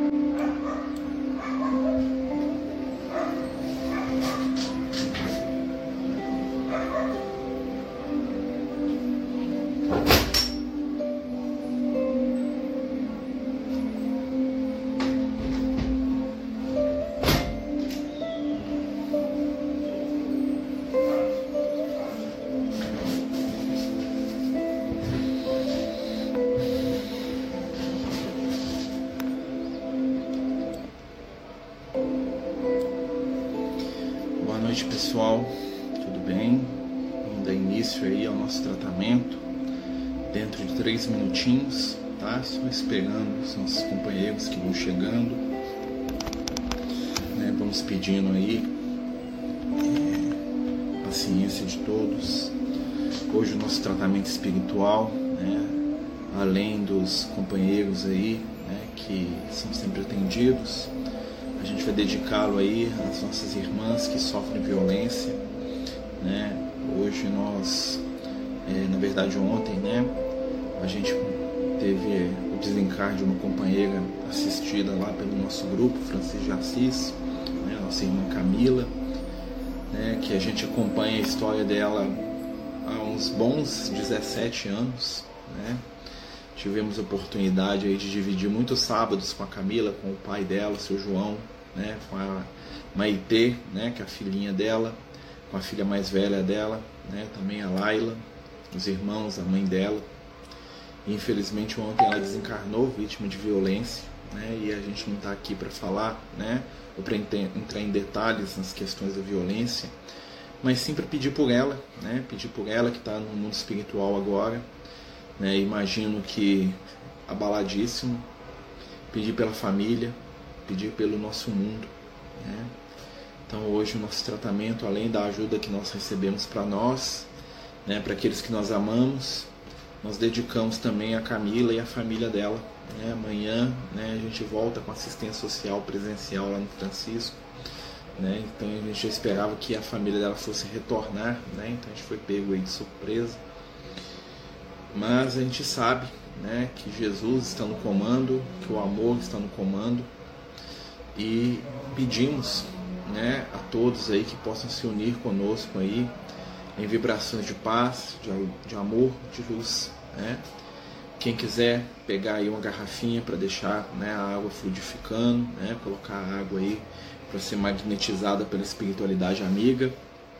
Boa noite, pessoal, tudo bem? Vamos dar início aí ao nosso tratamento dentro de 3 minutinhos, tá? Só esperando os nossos companheiros que vão chegando, né? Vamos pedindo aí paciência de todos. Hoje o nosso tratamento espiritual, né? Além dos companheiros aí, né? Que são sempre atendidos, a gente vai dedicá-lo aí às nossas irmãs que sofrem violência, né? Hoje nós, na verdade ontem, né? A gente teve o desencarne de uma companheira assistida lá pelo nosso grupo, Francisco de Assis, né? Nossa irmã Camila, né? Que a gente acompanha a história dela há uns bons 17 anos, né? Tivemos a oportunidade aí de dividir muitos sábados com a Camila, com o pai dela, o seu João, né, com a Maitê, né, que é a filhinha dela, com a filha mais velha dela, né, também a Laila, os irmãos, a mãe dela. E, infelizmente ontem ela desencarnou, vítima de violência, né, e a gente não está aqui para falar, né, ou para entrar em detalhes nas questões da violência, mas sim para pedir por ela, né, pedir por ela que está no mundo espiritual agora, né, imagino que abaladíssimo, pedir pela família, pedir pelo nosso mundo, né? Então hoje o nosso tratamento, além da ajuda que nós recebemos para nós, né, para aqueles que nós amamos, nós dedicamos também a Camila e a família dela, né? Amanhã, né, a gente volta com assistência social presencial lá no Francisco, né? Então a gente já esperava que a família dela fosse retornar, né? Então a gente foi pego aí de surpresa. Mas a gente sabe, né, que Jesus está no comando, que o amor está no comando, e pedimos, né, a todos aí que possam se unir conosco aí em vibrações de paz, de amor, de luz, né? Quem quiser pegar aí uma garrafinha para deixar, né, a água fluidificando, né, colocar a água aí para ser magnetizada pela espiritualidade amiga.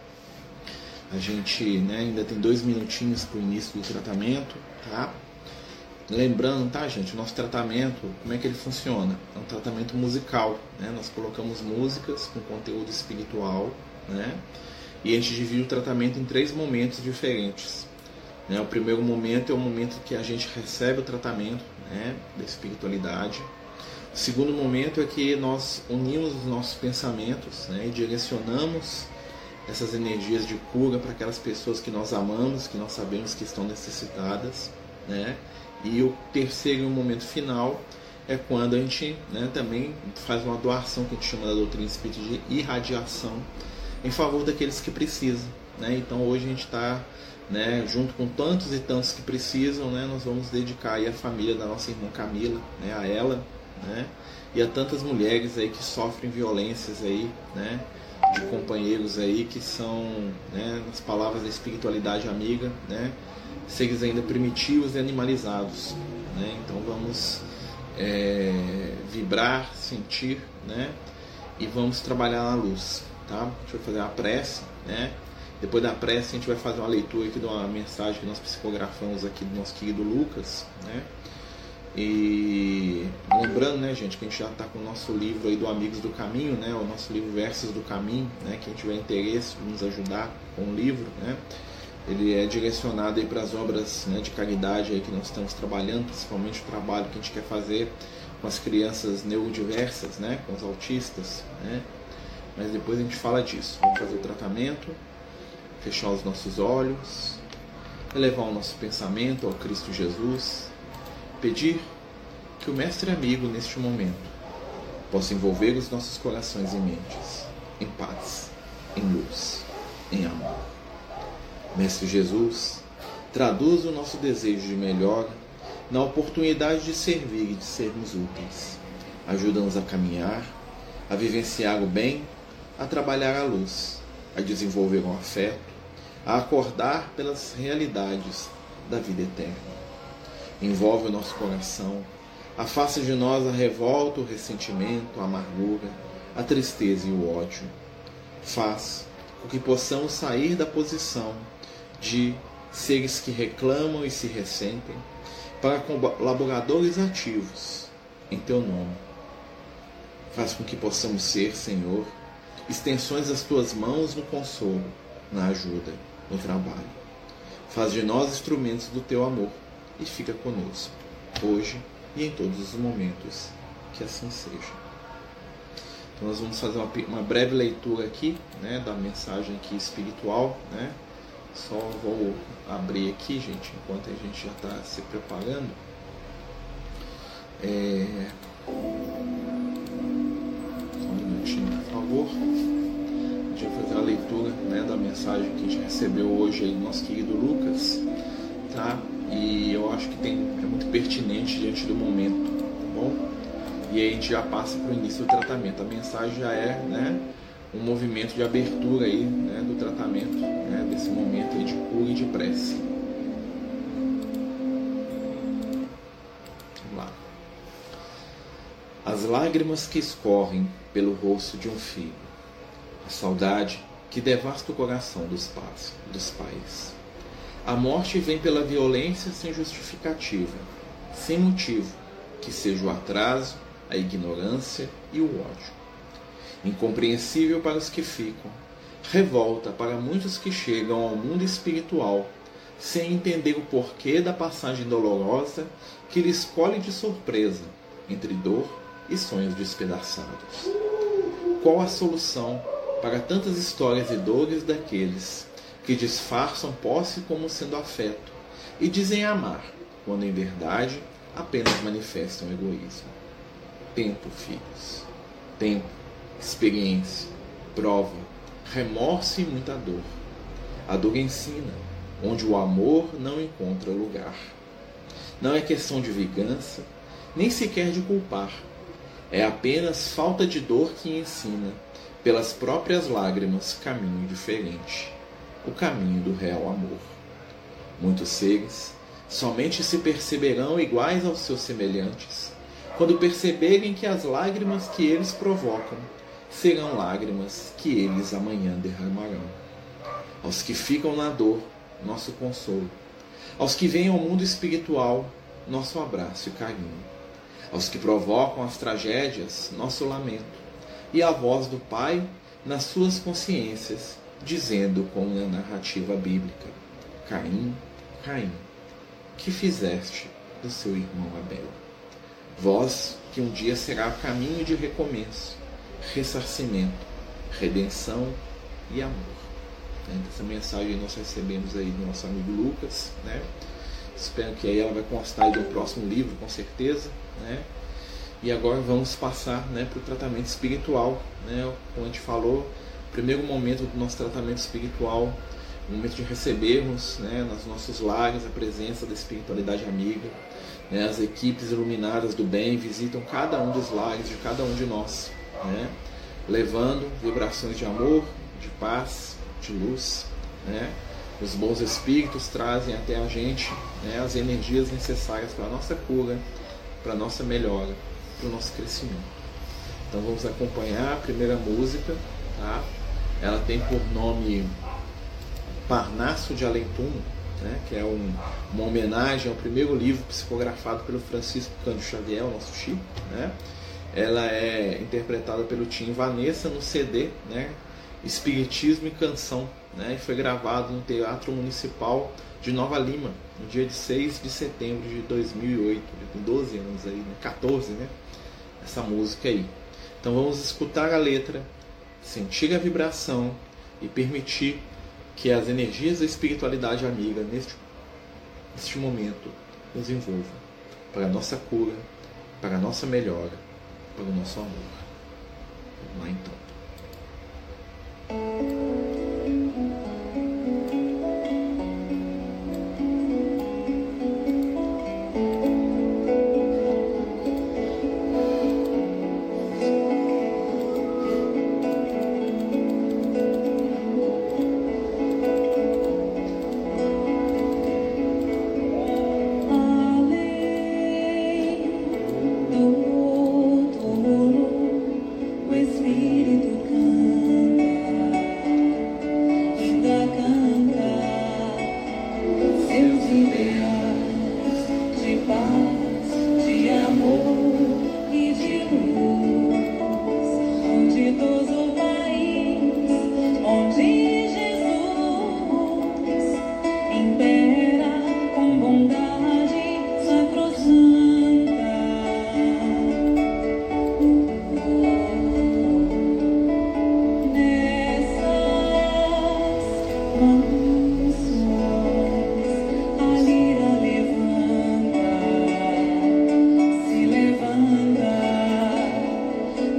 A gente, né, ainda tem 2 minutinhos para o início do tratamento, tá? Lembrando, tá, gente, o nosso tratamento, como é que ele funciona? É um tratamento musical, né? Nós colocamos músicas com conteúdo espiritual, né? E a gente divide o tratamento em 3 momentos diferentes, né? O primeiro momento é o momento que a gente recebe o tratamento, né, da espiritualidade. O segundo momento é que nós unimos os nossos pensamentos, né, e direcionamos essas energias de cura para aquelas pessoas que nós amamos, que nós sabemos que estão necessitadas, né? E o terceiro momento final é quando a gente, né, também faz uma doação que a gente chama da doutrina espírita de irradiação em favor daqueles que precisam, né? Então hoje a gente está, né, junto com tantos e tantos que precisam, né, nós vamos dedicar aí a família da nossa irmã Camila, né, a ela, né, e a tantas mulheres aí que sofrem violências aí, né, de companheiros aí que são, né, nas palavras da espiritualidade amiga, né, seres ainda primitivos e animalizados, né? Então vamos vibrar, sentir, né, e vamos trabalhar na luz, tá? A gente vai fazer uma prece, né? Depois da prece a gente vai fazer uma leitura aqui de uma mensagem que nós psicografamos aqui do nosso querido Lucas, né? E lembrando, né, gente, que a gente já está com o nosso livro aí do Amigos do Caminho, né, o nosso livro Versos do Caminho, né, quem tiver interesse em nos ajudar com o livro, né, ele é direcionado aí para as obras, né, de caridade aí que nós estamos trabalhando, principalmente o trabalho que a gente quer fazer com as crianças neurodiversas, né, com os autistas, né, mas depois a gente fala disso. Vamos fazer o tratamento, fechar os nossos olhos, elevar o nosso pensamento ao Cristo Jesus, pedir que o Mestre Amigo, neste momento, possa envolver os nossos corações e mentes em paz, em luz, em amor. Mestre Jesus, traduz o nosso desejo de melhora na oportunidade de servir e de sermos úteis. Ajuda-nos a caminhar, a vivenciar o bem, a trabalhar a luz, a desenvolver o afeto, a acordar pelas realidades da vida eterna. Envolve o nosso coração, afasta de nós a revolta, o ressentimento, a amargura, a tristeza e o ódio. Faz com que possamos sair da posição de seres que reclamam e se ressentem para colaboradores ativos em Teu nome. Faz com que possamos ser, Senhor, extensões das Tuas mãos no consolo, na ajuda, no trabalho. Faz de nós instrumentos do Teu amor e fica conosco, hoje e em todos os momentos. Que assim seja. Então nós vamos fazer uma breve leitura aqui, né, da mensagem aqui espiritual, né? Só vou abrir aqui, gente, enquanto a gente já está se preparando. Só um minutinho, por favor. A gente vai fazer a leitura, né, da mensagem que a gente recebeu hoje aí do nosso querido Lucas, tá? E eu acho que é muito pertinente diante do momento, tá bom? E aí a gente já passa para o início do tratamento. A mensagem já é, né, um movimento de abertura aí, né, do tratamento, né, desse momento aí de cura e de prece. Vamos lá. As lágrimas que escorrem pelo rosto de um filho, a saudade que devasta o coração dos pais. A morte vem pela violência sem justificativa, sem motivo, que seja o atraso, a ignorância e o ódio. Incompreensível para os que ficam, revolta para muitos que chegam ao mundo espiritual, sem entender o porquê da passagem dolorosa que lhes colhe de surpresa, entre dor e sonhos despedaçados. Qual a solução para tantas histórias e dores daqueles que disfarçam posse como sendo afeto e dizem amar, quando em verdade apenas manifestam egoísmo? Tempo, filhos. Tempo, experiência, prova, remorso e muita dor. A dor ensina, onde o amor não encontra lugar. Não é questão de vingança, nem sequer de culpar. É apenas falta de dor que ensina, pelas próprias lágrimas, caminho diferente. O caminho do real amor. Muitos seres somente se perceberão iguais aos seus semelhantes quando perceberem que as lágrimas que eles provocam serão lágrimas que eles amanhã derramarão. Aos que ficam na dor, nosso consolo. Aos que vêm ao mundo espiritual, nosso abraço e carinho. Aos que provocam as tragédias, nosso lamento. E a voz do Pai nas suas consciências, dizendo como na narrativa bíblica: Caim, Caim, que fizeste do seu irmão Abel? Voz que um dia será caminho de recomeço, ressarcimento, redenção e amor. Essa mensagem nós recebemos aí do nosso amigo Lucas, né? Espero que aí ela vai constar aí do próximo livro, com certeza, né? E agora vamos passar, né, para o tratamento espiritual, né? Como a gente falou, o primeiro momento do nosso tratamento espiritual, o momento de recebermos, né, nos nossos lares a presença da espiritualidade amiga, né? As equipes iluminadas do bem visitam cada um dos lares de cada um de nós, né? Levando vibrações de amor, de paz, de luz, né? Os bons espíritos trazem até a gente, né, as energias necessárias para a nossa cura, para a nossa melhora, para o nosso crescimento. Então vamos acompanhar a primeira música, tá? Ela tem por nome Parnaso de Além-Túmulo, né, que é uma homenagem ao primeiro livro psicografado pelo Francisco Cândido Xavier, o nosso Chico, né? Ela é interpretada pelo Tim Vanessa no CD, né, Espiritismo e Canção, né, e foi gravado no Teatro Municipal de Nova Lima, no dia de 6 de setembro de 2008, tem 12 anos aí, né? 14, né? Essa música aí. Então vamos escutar a letra, sentir a vibração e permitir que as energias da espiritualidade amiga neste momento nos envolvam para a nossa cura, para a nossa melhora, para o nosso amor. Vamos lá então.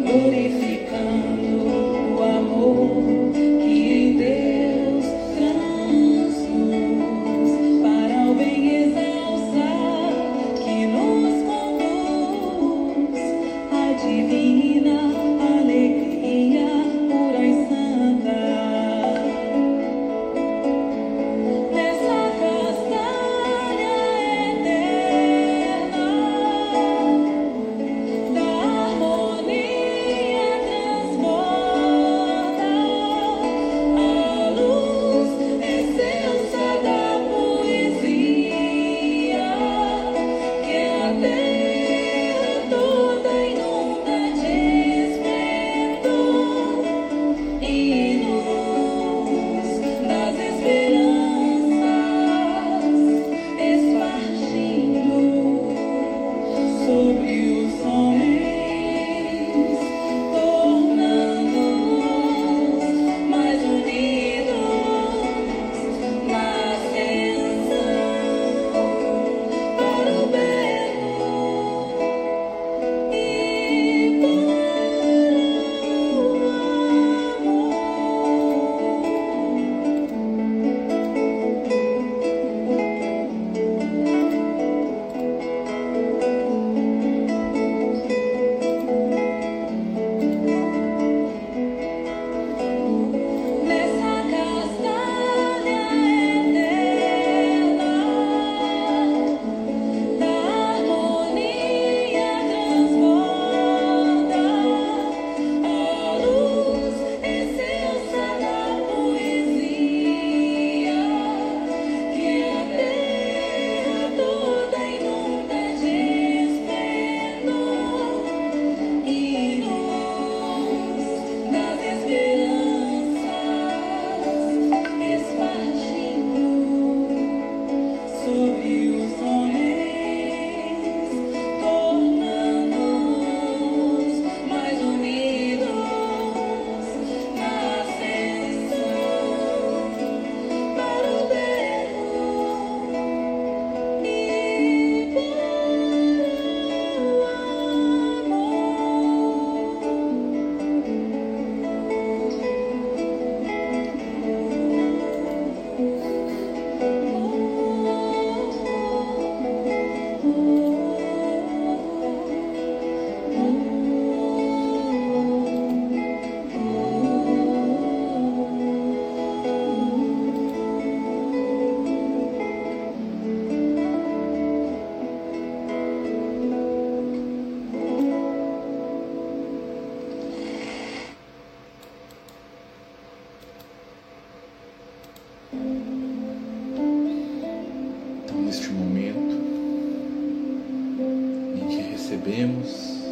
recebemos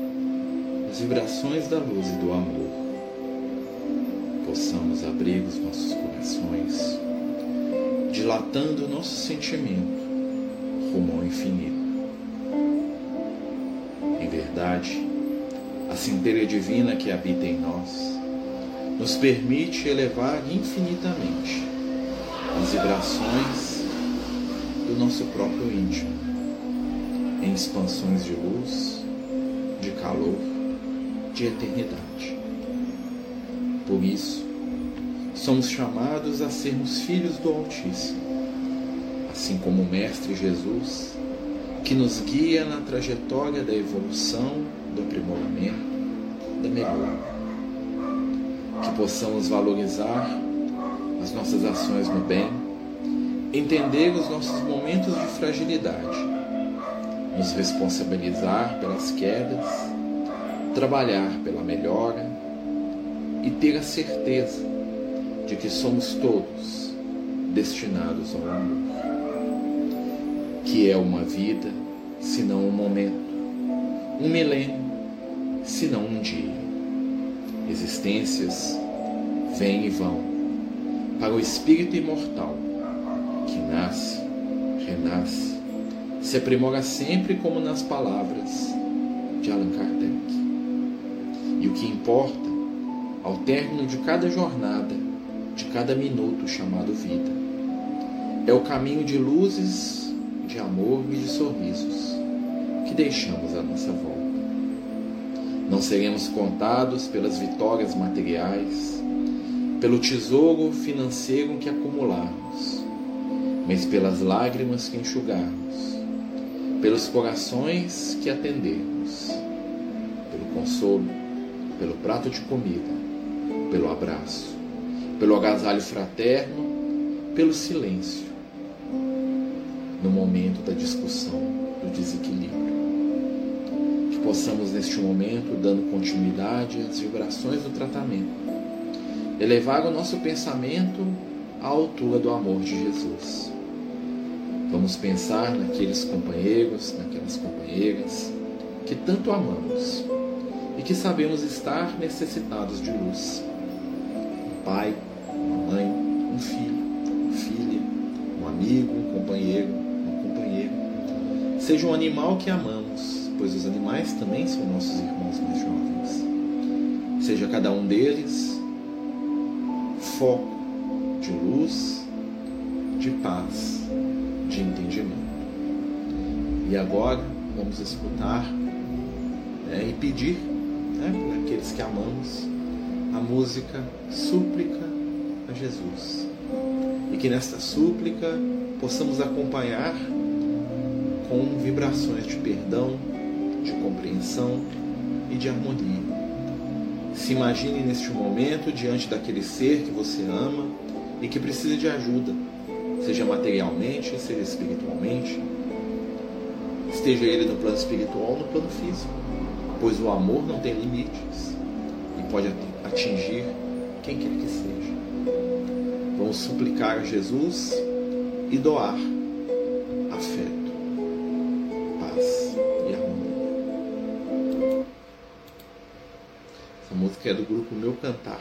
as vibrações da luz e do amor, possamos abrir os nossos corações, dilatando o nosso sentimento rumo ao infinito. Em verdade, a centelha divina que habita em nós nos permite elevar infinitamente as vibrações do nosso próprio íntimo em expansões de luz, de calor, de eternidade. Por isso, somos chamados a sermos filhos do Altíssimo, assim como o Mestre Jesus, que nos guia na trajetória da evolução, do aprimoramento, da melhora. Que possamos valorizar as nossas ações no bem, entender os nossos momentos de fragilidade, nos responsabilizar pelas quedas, trabalhar pela melhora e ter a certeza de que somos todos destinados ao amor, que é uma vida, se não um momento, um milênio, se não um dia. Existências vêm e vão para o espírito imortal, que nasce, renasce, se aprimora sempre, como nas palavras de Allan Kardec. E o que importa, ao término de cada jornada, de cada minuto chamado vida, é o caminho de luzes, de amor e de sorrisos que deixamos à nossa volta. Não seremos contados pelas vitórias materiais, pelo tesouro financeiro que acumularmos, mas pelas lágrimas que enxugarmos, pelos corações que atendermos, pelo consolo, pelo prato de comida, pelo abraço, pelo agasalho fraterno, pelo silêncio, no momento da discussão, do desequilíbrio. Que possamos neste momento, dando continuidade às vibrações do tratamento, elevar o nosso pensamento à altura do amor de Jesus. Vamos pensar naqueles companheiros, naquelas companheiras que tanto amamos e que sabemos estar necessitados de luz. Um pai, uma mãe, um filho, uma filha, um amigo, um companheiro, uma companheira. Seja um animal que amamos, pois os animais também são nossos irmãos mais jovens. Seja cada um deles foco de luz, de paz, de entendimento. E agora vamos escutar e pedir para aqueles que amamos a música Súplica a Jesus. E que nesta súplica possamos acompanhar com vibrações de perdão, de compreensão e de harmonia. Se imagine neste momento diante daquele ser que você ama e que precisa de ajuda, seja materialmente, seja espiritualmente. Esteja ele no plano espiritual ou no plano físico, pois o amor não tem limites e pode atingir quem quer que seja. Vamos suplicar a Jesus e doar afeto, paz e harmonia. Essa música é do grupo Meu Cantar.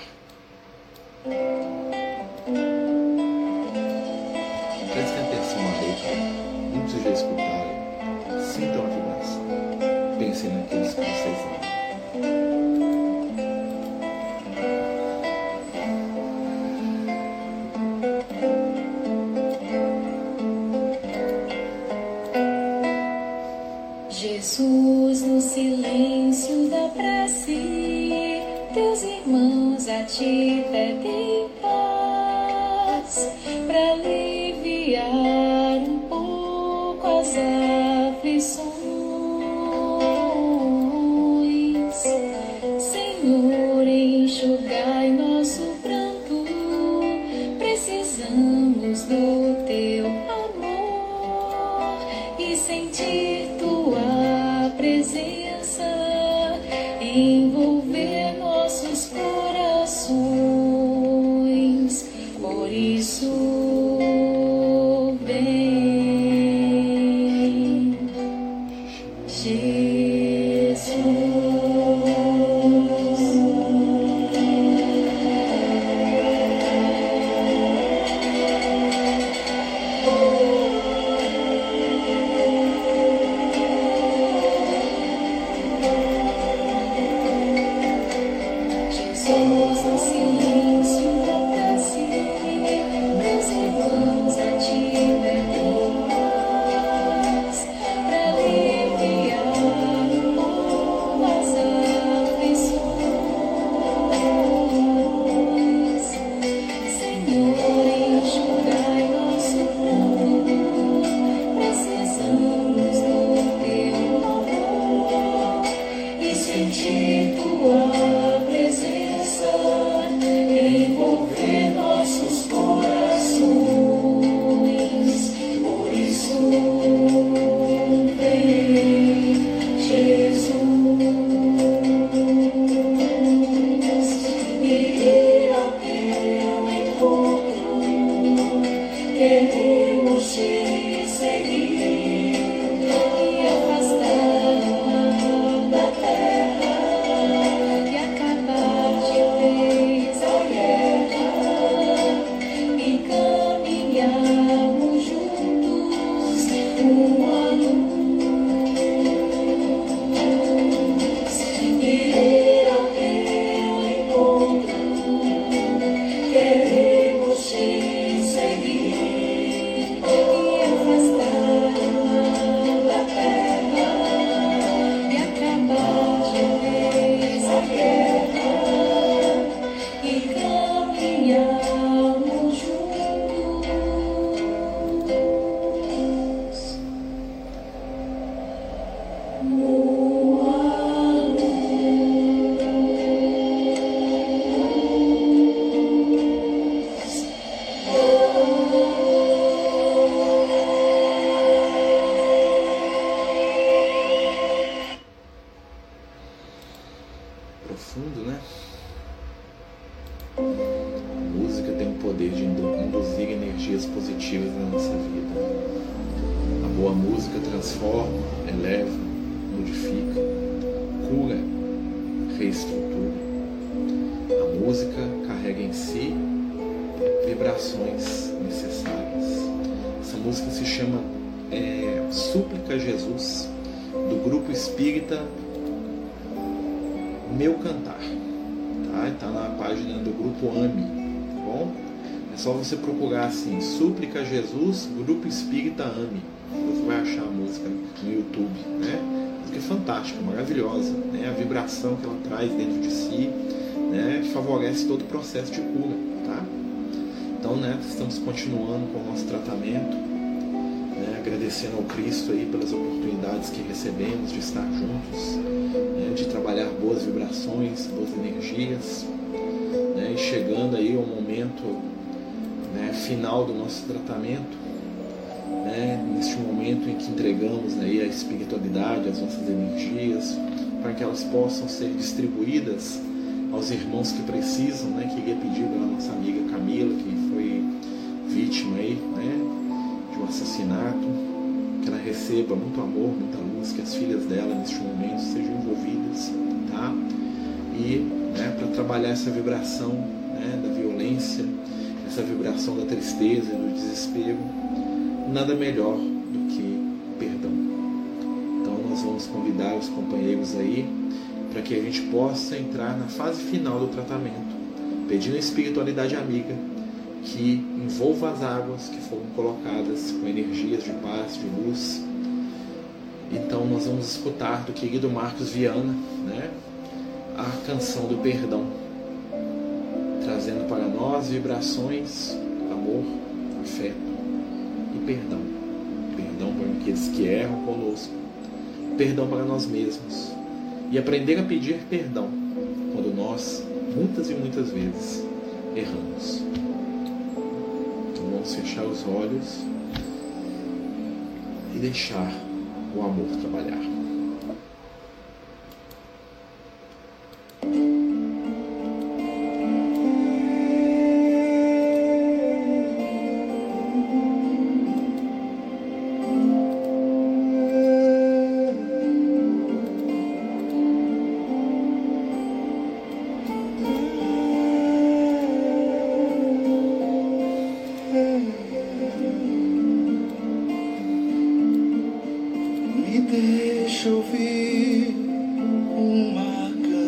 Prestem atenção na letra, não precisa escutá-la. Sintam a vibração. Pensem naqueles que vocês amam. Jesus, no silêncio da prece, teus irmãos a ti pedem paz, para aliviar um pouco as aflições. Senhor, enxugai nosso pranto, precisamos do teu amor e sentir tua presença envolver nossos corações. Por isso vem, Jesus. profundo, né? A música tem o poder de induzir energias positivas na nossa vida. A boa música transforma, eleva, modifica, cura, reestrutura. A música carrega em si vibrações necessárias. Essa música se chama Súplica a Jesus, do grupo espírita Meu Cantar. Está na página do grupo AME, tá bom? É só você procurar assim, Súplica a Jesus, grupo espírita AME. Você vai achar a música no YouTube, né? A música é fantástica, maravilhosa, né? A vibração que ela traz dentro de si, né? Favorece todo o processo de cura, tá? Então, né, estamos continuando com o nosso tratamento, né, agradecendo ao Cristo aí pelas oportunidades que recebemos de estar juntos, né, de trabalhar boas vibrações, boas energias, né, e chegando aí ao momento, né, final do nosso tratamento, né, neste momento em que entregamos aí a espiritualidade, as nossas energias, para que elas possam ser distribuídas aos irmãos que precisam, né, que iria pedir pela nossa amiga Camila, que foi vítima aí, né, de um assassinato, que ela receba muito amor, muita luz, que as filhas dela neste momento sejam envolvidas, tá? E, né, para trabalhar essa vibração, né, da violência, essa vibração da tristeza e do desespero, nada melhor do que perdão. Então nós vamos convidar os companheiros aí para que a gente possa entrar na fase final do tratamento, pedindo a espiritualidade amiga que envolva as águas que foram colocadas com energias de paz, de luz. Então nós vamos escutar do querido Marcos Viana, né, a canção do perdão, trazendo para nós vibrações, amor, afeto e perdão. Perdão para aqueles que erram conosco, perdão para nós mesmos. E aprender a pedir perdão quando nós, muitas e muitas vezes, erramos. Então vamos fechar os olhos e deixar o amor trabalhar. Deixa eu ouvir uma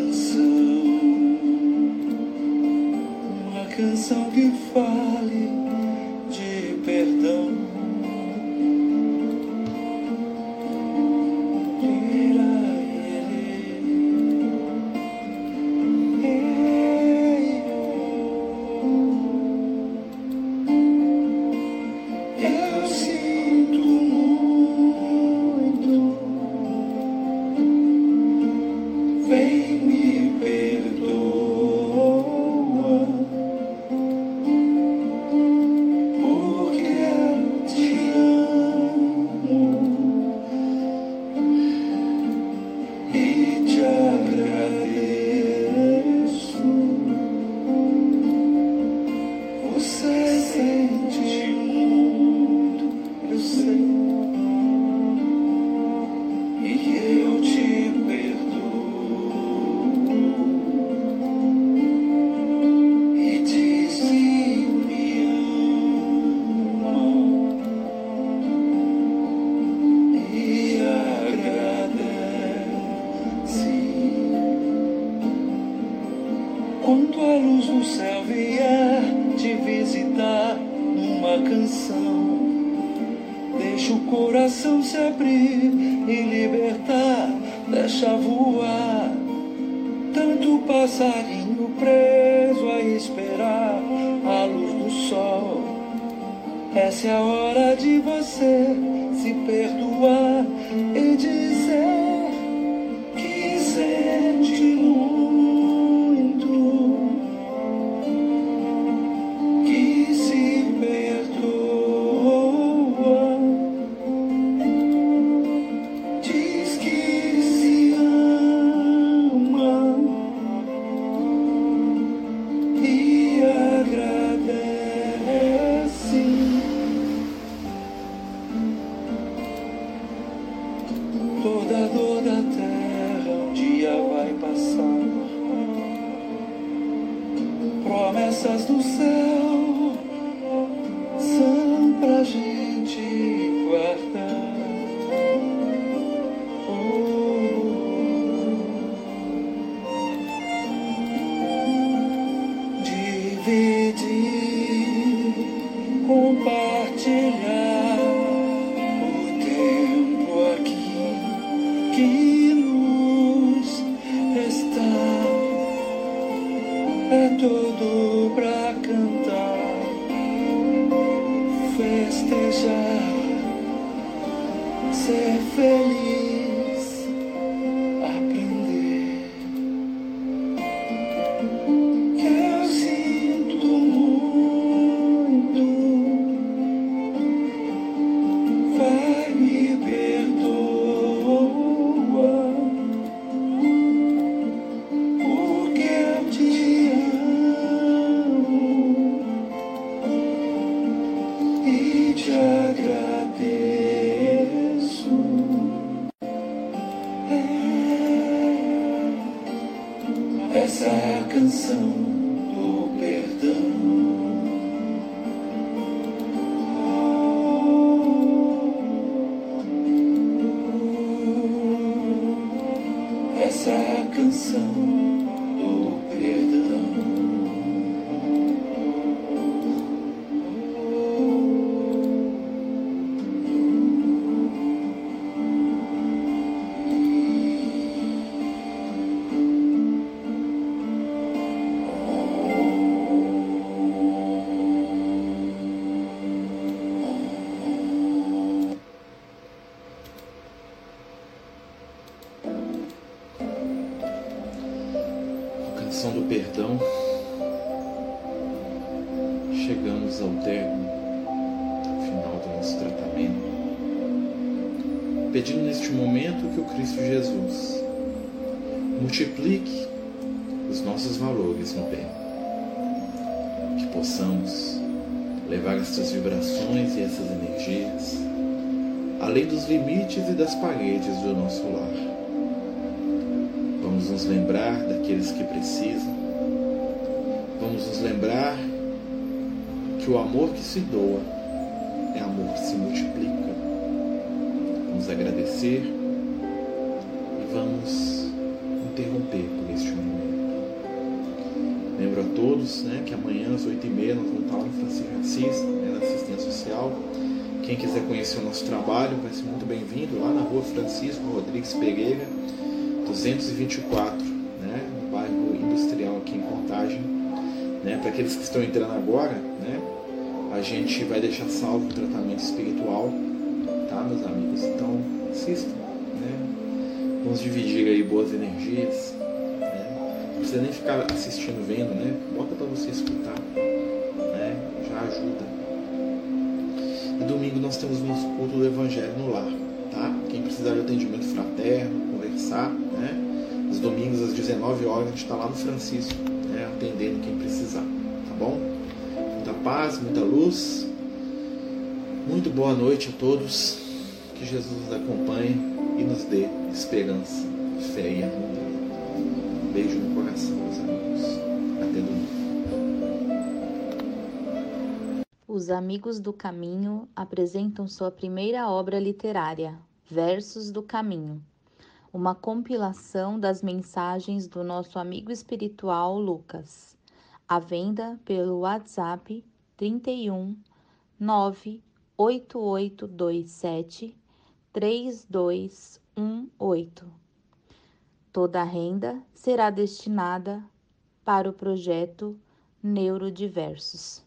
canção que fale de perdão. Eu sinto muito. Vem me perdoa, porque eu te amo e te agradeço. Você sente muito, eu sei, e eu te quando a luz do céu vier te visitar numa canção, deixa o coração se abrir e libertar, deixa voar. Tanto passarinho preso a esperar a luz do sol. Essa é a hora de você se perdoar e dizer que sente muito. promessas do céu são pra gente guardar. Dividir, compartilhar o tempo aqui que nos resta. É tudo pra cantar, festejar, ser feliz, aprender. Eu sinto muito, vai me perdoa, porque eu te amo e te agradeço. Essa é a canção do perdão. Essa é a canção do perdão. Canção do perdão. Chegamos ao término, ao final do nosso tratamento, pedindo neste momento que o Cristo Jesus multiplique os nossos valores no bem, que possamos levar estas vibrações e essas energias além dos limites e das paredes do nosso lar. Vamos nos lembrar daqueles que precisam. Vamos nos lembrar que o amor que se doa é amor que se multiplica. Vamos agradecer e vamos interromper por este momento. Lembro a todos, que amanhã às 8h30 nós vamos estar lá no Francisco de Assis, na assistência social. Quem quiser conhecer o nosso trabalho vai ser muito bem-vindo lá na rua Francisco Rodrigues Pereira, 224, no bairro Industrial aqui em Contagem. Para aqueles que estão entrando agora, a gente vai deixar salvo o tratamento espiritual, tá, meus amigos? Então, assistam, Vamos dividir aí boas energias, Não precisa nem ficar assistindo, vendo, Bota para você escutar, Já ajuda. E domingo nós temos o nosso culto do Evangelho no lar, tá? Quem precisar de atendimento fraterno, conversar, Os domingos às 19 horas a gente está lá no Francisco, atendendo quem precisar, tá bom? Muita paz, muita luz, muito boa noite a todos, que Jesus nos acompanhe e nos dê esperança, fé e harmonia. Um beijo no coração, meus amigos. Até domingo. Os Amigos do Caminho apresentam sua primeira obra literária, Versos do Caminho, uma compilação das mensagens do nosso amigo espiritual Lucas, à venda pelo WhatsApp 31 98827 3218. Toda a renda será destinada para o projeto Neurodiversos.